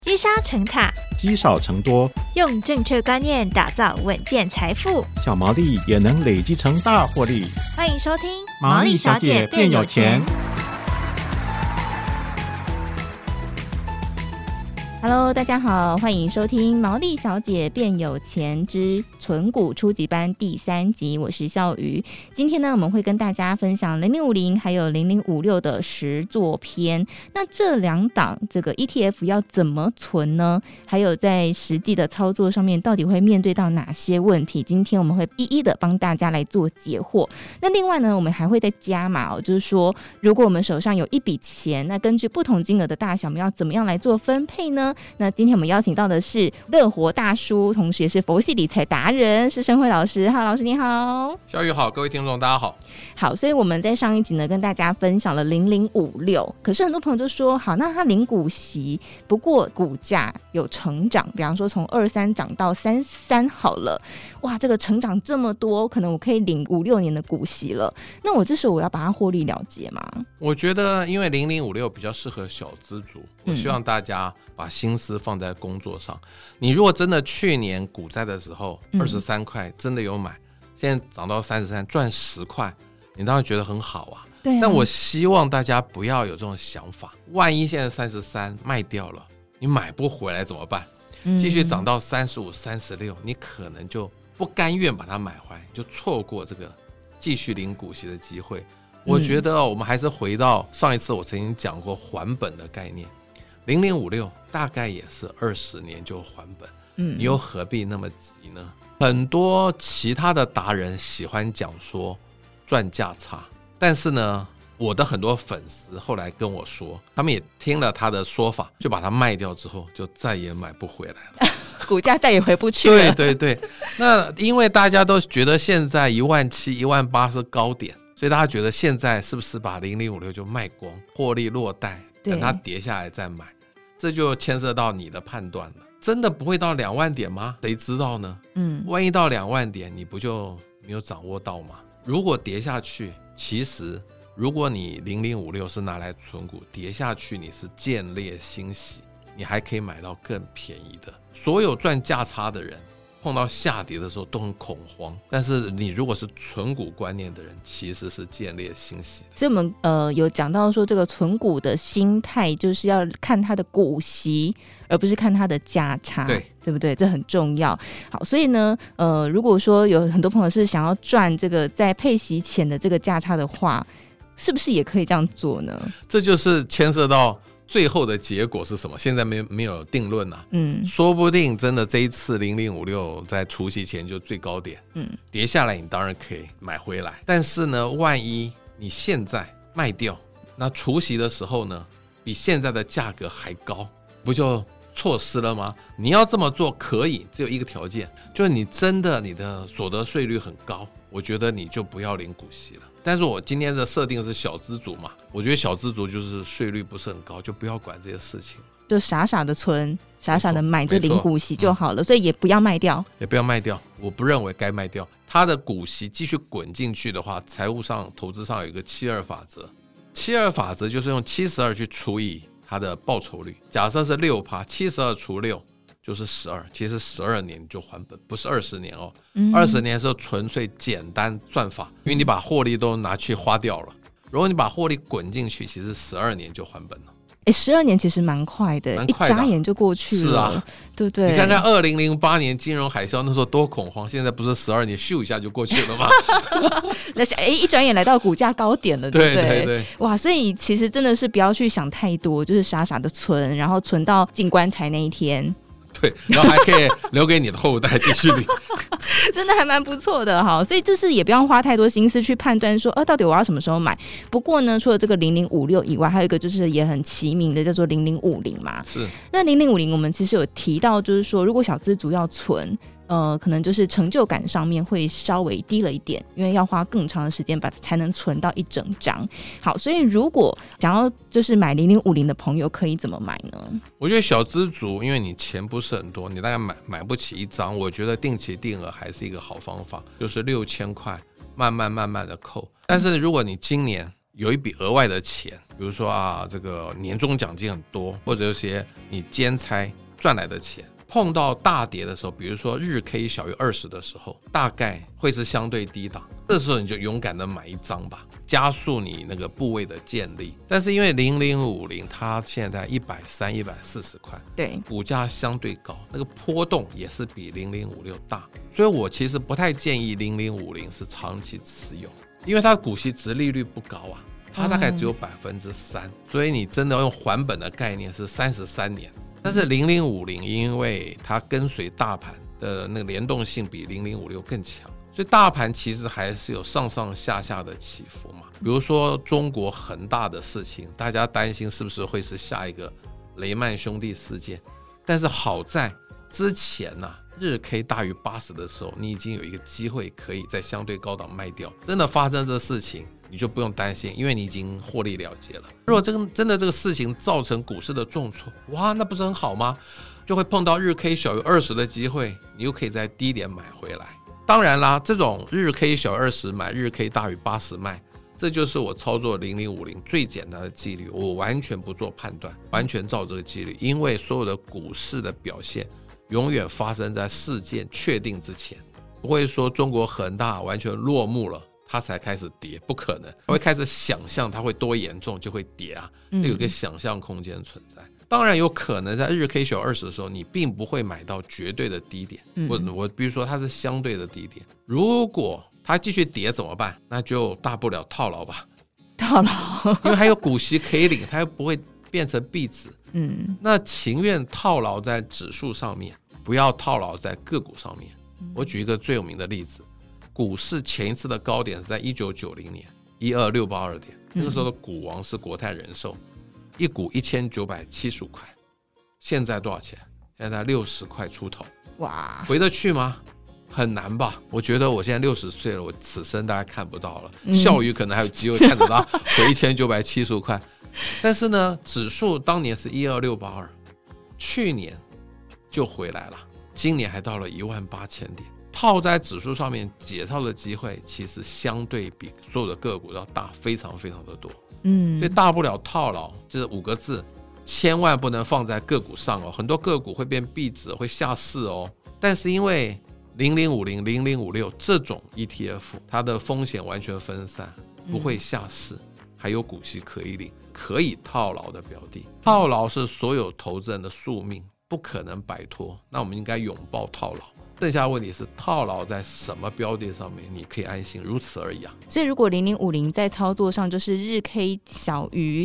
积沙成塔， 积少成多， 用正确观念打造稳健财富， 小毛利也能累积成大获利。 欢迎收听毛利小姐变有钱。 Hello， 大家好，欢迎收听《毛利小姐变有钱之存股初级班》第3集，我是笑瑜。今天呢，我们会跟大家分享0050还有0056的实作篇。那这两档这个 ETF 要怎么存呢？还有在实际的操作上面，到底会面对到哪些问题？今天我们会一一的帮大家来做解惑。那另外呢，我们还会再加码就是说，如果我们手上有一笔钱，那根据不同金额的大小，我们要怎么样来做分配呢？那今天我们邀请到的是乐活大叔，同时也是佛系理财达人，是申辉老师。哈，老师你好。 小雨好，各位听众大家好。 好，所以我们在上一集呢跟大家分享了0056，可是很多朋友就说，好，那它领股息，不过股价有成长，比方说从23涨到33好了，哇，这个成长这么多，可能我可以领5-6年的股息了。那我这时候我要把它获利了结吗？ 我觉得因为0056比较适合小资族，我希望大家把心思放在工作上。你如果真的去年股灾的时候23块真的有买，现在涨到33赚10块，你当然觉得很好啊。 对啊， 但我希望大家不要有这种想法，万一现在33卖掉了，你买不回来怎么办？继续涨到35、36，你可能就不甘愿把它买回来，就错过这个继续领股息的机会。我觉得我们还是回到上一次我曾经讲过还本的概念，0056大概也是20年就还本，你又何必那么急呢？很多其他的达人喜欢讲说赚价差，但是呢，我的很多粉丝后来跟我说，他们也听了他的说法，就把它卖掉之后，就再也买不回来了， 股价再也回不去了。 对对对，那因为大家都觉得现在17000、18000是高点，所以大家觉得现在是不是把0056就卖光，获利落袋，等它跌下来再买？这就牵涉到你的判断了。真的不会到2万点吗？谁知道呢？万一到2万点，你不就没有掌握到吗？如果跌下去，其实如果你0056是拿来存股，跌下去你是见猎欣喜，你还可以买到更便宜的。所有赚价差的人碰到下跌的时候都很恐慌，但是你如果是存股观念的人，其实是见猎欣喜的。 所以我们有讲到说，这个存股的心态就是要看它的股息，而不是看它的价差，对不对？这很重要。好，所以呢，如果说有很多朋友是想要赚这个在配息前的这个价差的话，是不是也可以这样做呢？ 这就是牵涉到最后的结果是什么？现在没有定论啊。说不定真的这一次0056在除息前就最高点，跌下来你当然可以买回来。但是呢，万一你现在卖掉，那除息的时候呢，比现在的价格还高，不就错失了吗？你要这么做可以，只有一个条件，就是你真的你的所得税率很高，我觉得你就不要领股息了。但是我今天的设定是小资族嘛，我觉得小资族就是税率不是很高，就不要管这些事情， 就傻傻的存，傻傻的买，就领股息就好了。所以也不要卖掉， 也不要卖掉，我不认为该卖掉。它的股息继续滚进去的话，财务上投资上有一个72法则，72法则就是用72去除以它的报酬率，假设是6%，72除6就是12，其实12年就还本，不是20年哦。20年是纯粹简单算法，因为你把获利都拿去花掉了。如果你把获利滚进去，其实12年就还本了。 12年其实蛮快的，一眨眼就过去了。是啊，对不对？ 你看看2008年金融海啸那时候多恐慌，现在不是12年咻一下就过去了吗？ 一转眼来到股价高点了，对不对？ 对对对， 哇，所以其实真的是不要去想太多，就是傻傻的存，然后存到进棺材那一天。 对，然后还可以留给你的后代继续领， 真的还蛮不错的哈。所以就是也不要花太多心思去判断说，到底我要什么时候买。不过呢，除了这个0056以外，还有一个就是也很齐名的，叫做0050嘛。 是。那 0050我们其实有提到，就是说如果小资族要存，可能就是成就感上面会稍微低了一点，因为要花更长的时间才能存到一整张。好，所以如果想要就是买0050的朋友可以怎么买呢？ 我觉得小资族，因为你钱不是很多，你大概买不起一张，我觉得定期定额还是一个好方法，就是6000块慢慢的扣。但是如果你今年有一笔额外的钱，比如说这个年终奖金很多，或者有些你兼差赚来的钱，碰到大跌的时候，比如说日 K 小于20的时候，大概会是相对低档，这时候你就勇敢的买一张吧，加速你那个部位的建立。但是因为0050它现在130、140块，对，股价相对高，那个波动也是比0056大，所以我其实不太建议0050是长期持有，因为它的股息殖利率不高啊，它大概只有3%，所以你真的用还本的概念是33年。但是0050因为它跟随大盘的那个联动性比0056更强，所以大盘其实还是有上上下下的起伏嘛。比如说中国恒大的事情，大家担心是不是会是下一个雷曼兄弟事件，但是好在之前日 K 大于80的时候，你已经有一个机会可以在相对高档卖掉，真的发生这事情你就不用担心，因为你已经获利了结了。如果真的这个事情造成股市的重挫，哇，那不是很好吗？就会碰到日 K 小于20的机会，你又可以在低点买回来。当然啦，这种日 K 小于20买，日 K 大于80卖，这就是我操作0050最简单的纪律，我完全不做判断，完全照这个纪律，因为所有的股市的表现永远发生在事件确定之前，不会说中国恒大完全落幕了它才开始跌，不可能，它会开始想象它会多严重就会跌啊，这有个想象空间存在。当然有可能在日 K 小20的时候，你并不会买到绝对的低点，我比如说它是相对的低点，如果它继续跌怎么办？那就大不了套牢吧， 套牢， 因为还有股息可以领，它又不会变成壁纸。那情愿套牢在指数上面，不要套牢在个股上面。我举一个最有名的例子，股市前一次的高点是在1990年12682点，那个时候的股王是国泰人寿，一股1975块，现在多少钱？现在60块出头，哇，回得去吗？很难吧。我觉得我现在60岁了，我此生大概看不到了，笑宇可能还有机会看得到回1975块。但是呢，指数当年是12682，去年就回来了，今年还到了18000点，套在指数上面解套的机会其实相对比所有的个股要大非常非常的多。所以大不了套牢，就是5个字，千万不能放在个股上哦，很多个股会变壁纸，会下市哦。但是因为0050、0056这种 ETF， 它的风险完全分散，不会下市，还有股息可以领，可以套牢的标的。套牢是所有投资人的宿命，不可能摆脱，那我们应该拥抱套牢。剩下的问题是套牢在什么标的上面，你可以安心，如此而已啊。 所以如果0050在操作上就是日 K 小于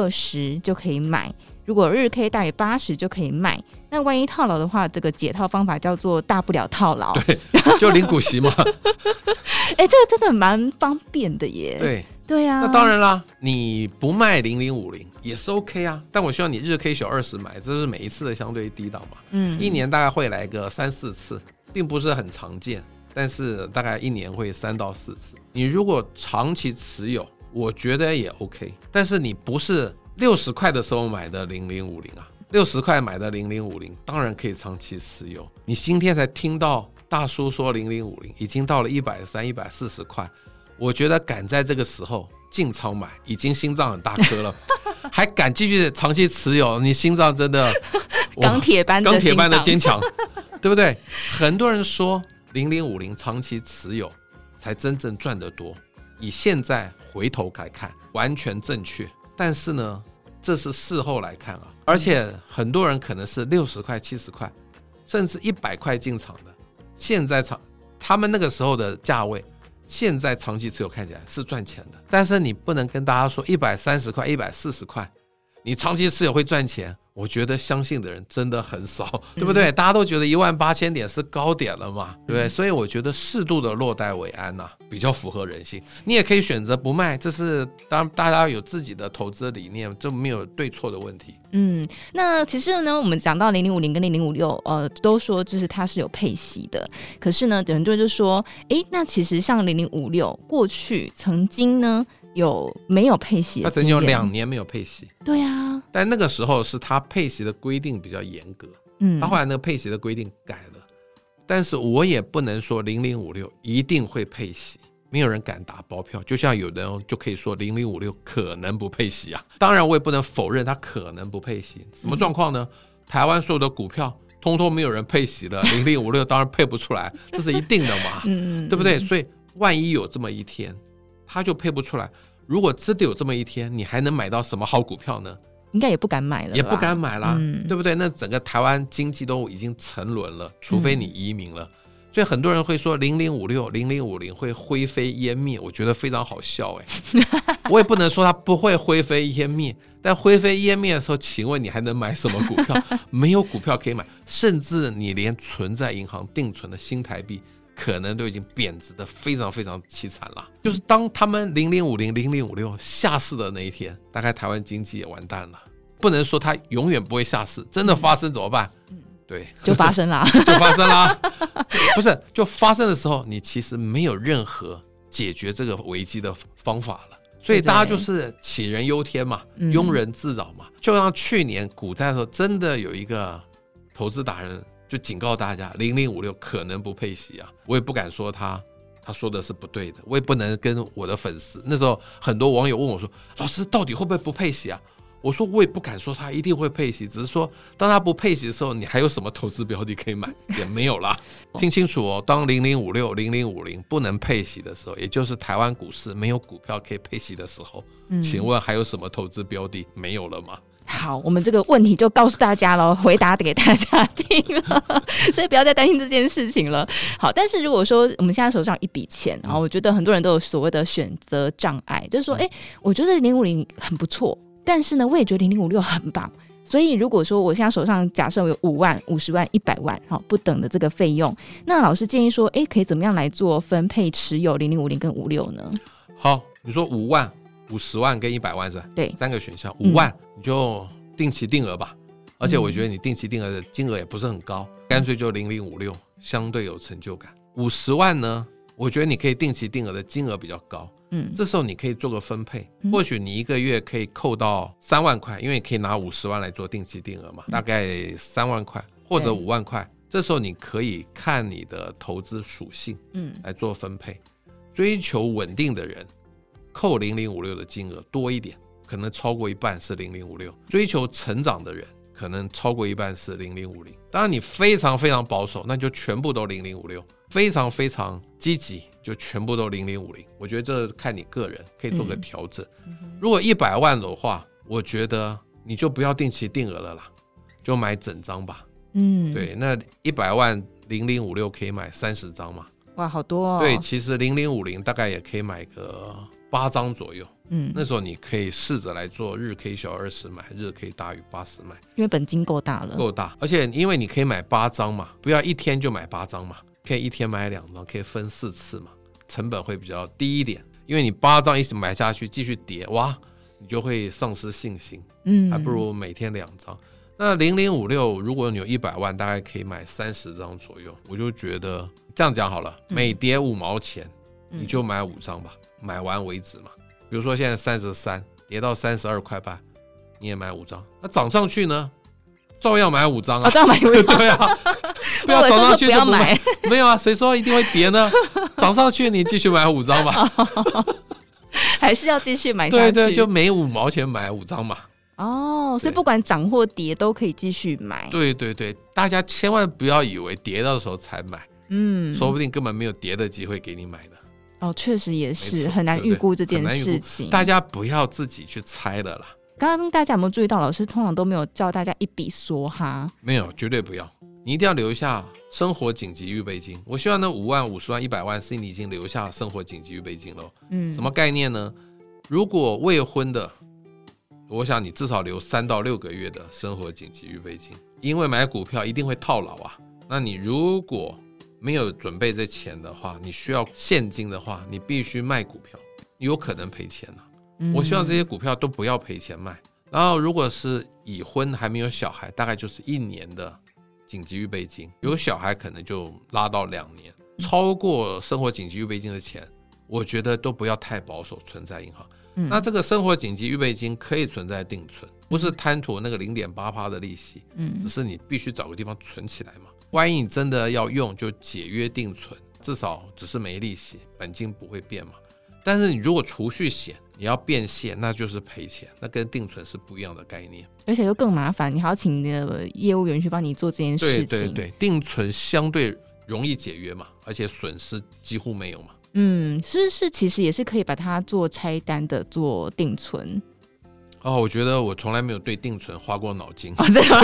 20就可以买，如果日 K 大于80就可以卖。那万一套牢的话，这个解套方法叫做大不了套牢， 对，就领股息嘛。 这个真的蛮方便的耶。对啊， 那当然啦，你不卖0050也是 OK 啊，但我希望你日 K 小20买，这是每一次的相对低档嘛。一年大概会来个3-4次，并不是很常见，但是大概一年会3到4次。你如果长期持有，我觉得也 OK， 但是你不是60块的时候买的0050啊，60块买的0050当然可以长期持有。你今天才听到大叔说0050已经到了130、140块，我觉得敢在这个时候进场买，已经心脏很大颗了，还敢继续长期持有，你心脏真的钢铁般的坚强，对不对？很多人说0050长期持有才真正赚得多，以现在回头来看完全正确，但是呢，这是事后来看啊，而且很多人可能是60块、70块，甚至100块进场的，现在他们那个时候的价位，现在长期持有看起来是赚钱的，但是你不能跟大家说130块、140块，你长期持有会赚钱。我觉得相信的人真的很少，对不对？大家都觉得18000点是高点了嘛，对不对？所以我觉得适度的落袋为安比较符合人性。你也可以选择不卖，这是当然大家有自己的投资理念，这没有对错的问题。 那其实呢，我们讲到0050跟0056，都说就是它是有配息的。可是呢，很多人就说，那其实像0056过去曾经呢有没有配息的经验？他曾经有2年没有配息。 对啊， 但那个时候是他配息的规定比较严格，他后来那个配息的规定改了。但是我也不能说0056一定会配息， 没有人敢打包票，就像有人就可以说0056可能不配息啊。当然我也不能否认它可能不配息，什么状况呢？台湾所有的股票通通没有人配息了，0056当然配不出来，这是一定的嘛，对不对？所以万一有这么一天它就配不出来，如果真的有这么一天，你还能买到什么好股票呢？ 应该也不敢买了， 也不敢买啦，对不对？那整个台湾经济都已经沉沦了，除非你移民了。所以很多人会说0056、0050会灰飞烟灭，我觉得非常好笑我也不能说它不会灰飞烟灭，但灰飞烟灭的时候，请问你还能买什么股票？没有股票可以买，甚至你连存在银行定存的新台币可能都已经贬值的非常非常凄惨了。就是当他们0050、0056下市的那一天，大概台湾经济也完蛋了。不能说它永远不会下市，真的发生怎么办？对， 就发生啦就发生啦不是，就发生的时候你其实没有任何解决这个危机的方法了，所以大家就是杞人忧天嘛，庸人自扰嘛。就像去年股灾的时候，真的有一个投资达人就警告大家0056可能不配息啊。我也不敢说他说的是不对的，我也不能跟我的粉丝，那时候很多网友问我说，老师到底会不会不配息啊？我说我也不敢说他一定会配息，只是说当他不配息的时候，你还有什么投资标的可以买？也没有啦。听清楚哦，当0056、0050不能配息的时候，也就是台湾股市没有股票可以配息的时候，请问还有什么投资标的？没有了吗？ 好，我们这个问题就告诉大家了，回答给大家听了，所以不要再担心这件事情了。好，但是如果说我们现在手上一笔钱，然后我觉得很多人都有所谓的选择障碍，就是说，我觉得0050很不错。但是呢，我也觉得0056很棒，所以如果说我现在手上假设有5万、50万、100万，不等的这个费用，那老师建议说，可以怎么样来做分配持有0050跟56呢？ 好，你说5万、50万跟100万是吧？ 对 ，3个选项。5万你就定期定额吧，而且我觉得你定期定额的金额也不是很高，干脆就0056，相对有成就感。50万呢，我觉得你可以定期定额的金额比较高。这时候你可以做个分配，或许你一个月可以扣到3万块，因为你可以拿50万来做定期定额嘛，大概3万块或者5万块。这时候你可以看你的投资属性来做分配。追求稳定的人扣0056的金额多一点，可能超过一半是0056。追求成长的人可能超过一半是0050。当然你非常非常保守，那就全部都0056。非常非常积极就全部都0050。我觉得这看你个人，可以做个调整。如果100万的话，我觉得你就不要定期定额了啦，就买整张吧。对，那100万0056可以买30张嘛。 哇，好多哦。 对，其实0050大概也可以买个8张左右。那时候你可以试着来做日 K 小20买，日 K 大于80买， 因为本金够大了， 够大，而且因为你可以买8张嘛，不要一天就买8张嘛，可以一天买2张，可以分4次嘛，成本会比较低一点。因为你8张一起买下去继续跌，哇，你就会丧失信心。还不如每天2张。那0056如果你有100万，大概可以买30张左右。我就觉得这样讲好了，每跌5毛钱你就买5张吧，买完为止嘛。比如说现在33跌到32块半，你也买5张。那涨上去呢，照样买5张啊。 照样买5张。 对啊，不要涨上去就不要买。 没有啊，谁说一定会跌呢？涨上去你继续买5张吧。 还是要继续买下去。 对对，就每5毛钱买5张嘛。 所以不管涨或跌都可以继续买。 对对对，大家千万不要以为跌到的时候才买，说不定根本没有跌的机会给你买的。 确实也是很难预估这件事情， 大家不要自己去猜了啦。 刚刚大家有没有注意到，老师通常都没有叫大家一笔梭哈？ 没有，绝对不要。你一定要留下生活紧急预备金。我希望那5万、50万、100万是你已经留下生活紧急预备金了。什么概念呢？如果未婚的，我想你至少留3到6个月的生活紧急预备金，因为买股票一定会套牢啊。那你如果没有准备这钱的话，你需要现金的话，你必须卖股票，你有可能赔钱啊。我希望这些股票都不要赔钱卖。然后如果是已婚还没有小孩，大概就是1年的紧急预备金，有小孩可能就拉到2年。超过生活紧急预备金的钱，我觉得都不要太保守存在银行。那这个生活紧急预备金可以存在定存，不是贪图那个 0.8% 的利息，只是你必须找个地方存起来嘛。万一你真的要用，就解约定存， 至少只是没利息，本金不会变嘛。但是你如果储蓄险你要变现，那就是赔钱，那跟定存是不一样的概念， 而且又更麻烦，你还要请你的业务员去帮你做这件事情。 对对对，定存相对容易解约嘛，而且损失几乎没有嘛。 是不是其实也是可以把它做拆单的做定存？ 我觉得我从来没有对定存花过脑筋。 真的吗？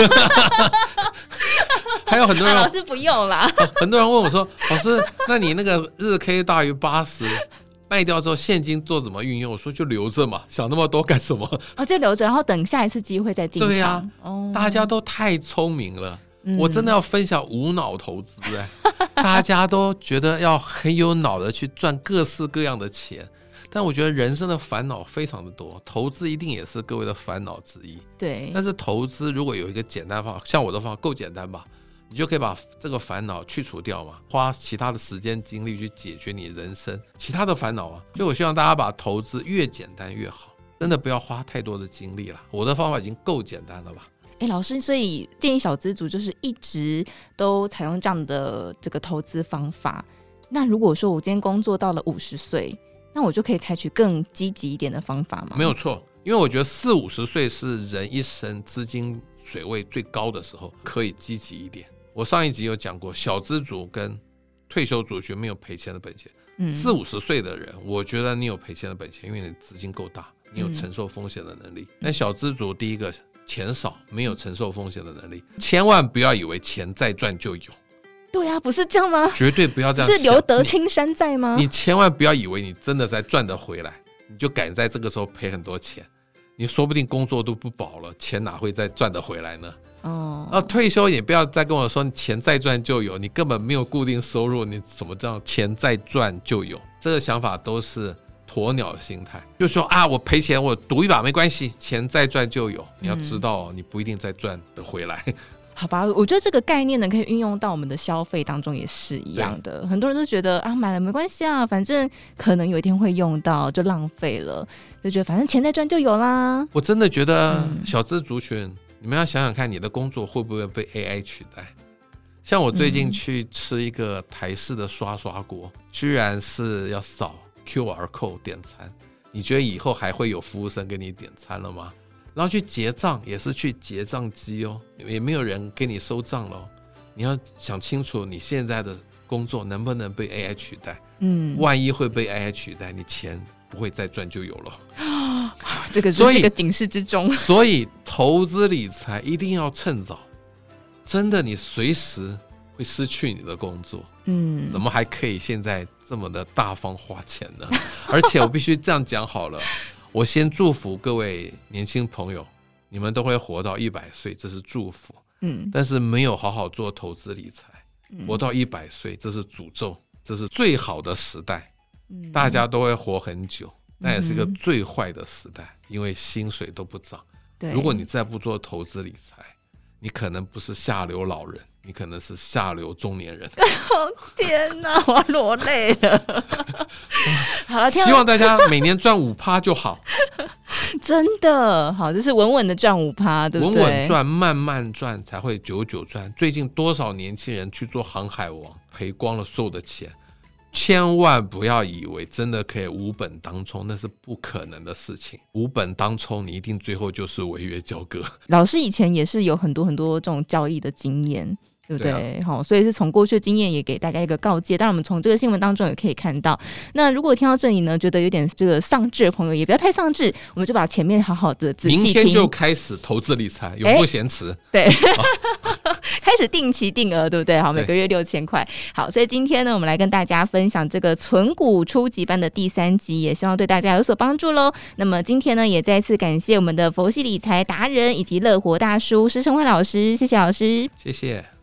还有很多人老师不用啦。 很多人问我说，老师，那你那个日 K 大于80卖掉之后现金做怎么运用？我说就留着嘛，想那么多干什么？ 就留着，然后等下一次机会再进场。 对啊，大家都太聪明了。我真的要分享无脑投资大家都觉得要很有脑的去赚各式各样的钱，但我觉得人生的烦恼非常的多，投资一定也是各位的烦恼之一。 对， 但是投资如果有一个简单方法，像我的方法够简单吧，你就可以把这个烦恼去除掉嘛，花其他的时间精力去解决你人生其他的烦恼啊。所以我希望大家把投资越简单越好，真的不要花太多的精力了。我的方法已经够简单了吧？ 老师，所以建议小资族就是一直都采用这样的这个投资方法。那如果说我今天工作到了50岁，那我就可以采取更积极一点的方法吗？ 没有错，因为我觉得40-50岁是人一生资金水位最高的时候，可以积极一点。我上一集有讲过，小资族跟退休族群没有赔钱的本钱。40-50岁的人，我觉得你有赔钱的本钱，因为你资金够大，你有承受风险的能力。但小资族第一个钱少，没有承受风险的能力，千万不要以为钱再赚就有。 对啊，不是这样吗？ 绝对不要这样想， 是留得青山在吗？ 你千万不要以为你真的在赚得回来，你就敢在这个时候赔很多钱，你说不定工作都不保了，钱哪会再赚得回来呢？退休也不要再跟我说你钱再赚就有，你根本没有固定收入，你怎么叫钱再赚就有？这个想法都是鸵鸟的心态，就说我赔钱我赌一把没关系，钱再赚就有。你要知道你不一定再赚得回来。 好吧，我觉得这个概念呢可以运用到我们的消费当中也是一样的。很多人都觉得买了没关系啊，反正可能有一天会用到，就浪费了，就觉得反正钱再赚就有啦。我真的觉得小资族群，你们要想想看，你的工作会不会被 AI 取代？像我最近去吃一个台式的刷刷锅，居然是要扫 QR code 点餐，你觉得以后还会有服务生给你点餐了吗？然后去结账也是去结账机也没有人给你收账了。你要想清楚，你现在的工作能不能被 AI 取代？万一会被 AI 取代，你钱不会再赚就有了。 这个是一个警示之中。 所以投资理财一定要趁早，真的你随时会失去你的工作。怎么还可以现在这么的大方花钱呢？而且我必须这样讲好了，我先祝福各位年轻朋友，你们都会活到100岁，这是祝福。但是没有好好做投资理财，活到100岁，这是诅咒，这是最好的时代。大家都会活很久，那也是个最坏的时代，因为薪水都不涨。如果你再不做投资理财，你可能不是下流老人，你可能是下流中年人。 天哪，我要落泪了。好了， 希望大家每年赚5%就好。 真的好，就是稳稳的赚5%，对不对？ 稳稳赚，慢慢赚，才会久久赚。最近多少年轻人去做航海王，赔光了所有的钱。千万不要以为真的可以无本当冲，那是不可能的事情。无本当冲，你一定最后就是违约交割。 老师以前也是有很多很多这种交易的经验，对不对？所以是从过去的经验也给大家一个告诫。当然我们从这个新闻当中也可以看到，那如果听到这里呢，觉得有点这个丧志的朋友，也不要太丧志，我们就把前面好好的仔细听。 明天就开始投资理财，永不嫌迟。 对。开始定期定额，对不对？好，每个月6000块。好，所以今天呢，我们来跟大家分享这个存股初级班的第3集，也希望对大家有所帮助咯。那么今天呢，也再次感谢我们的佛系理财达人以及乐活大叔施胜辉老师，谢谢老师， 谢谢。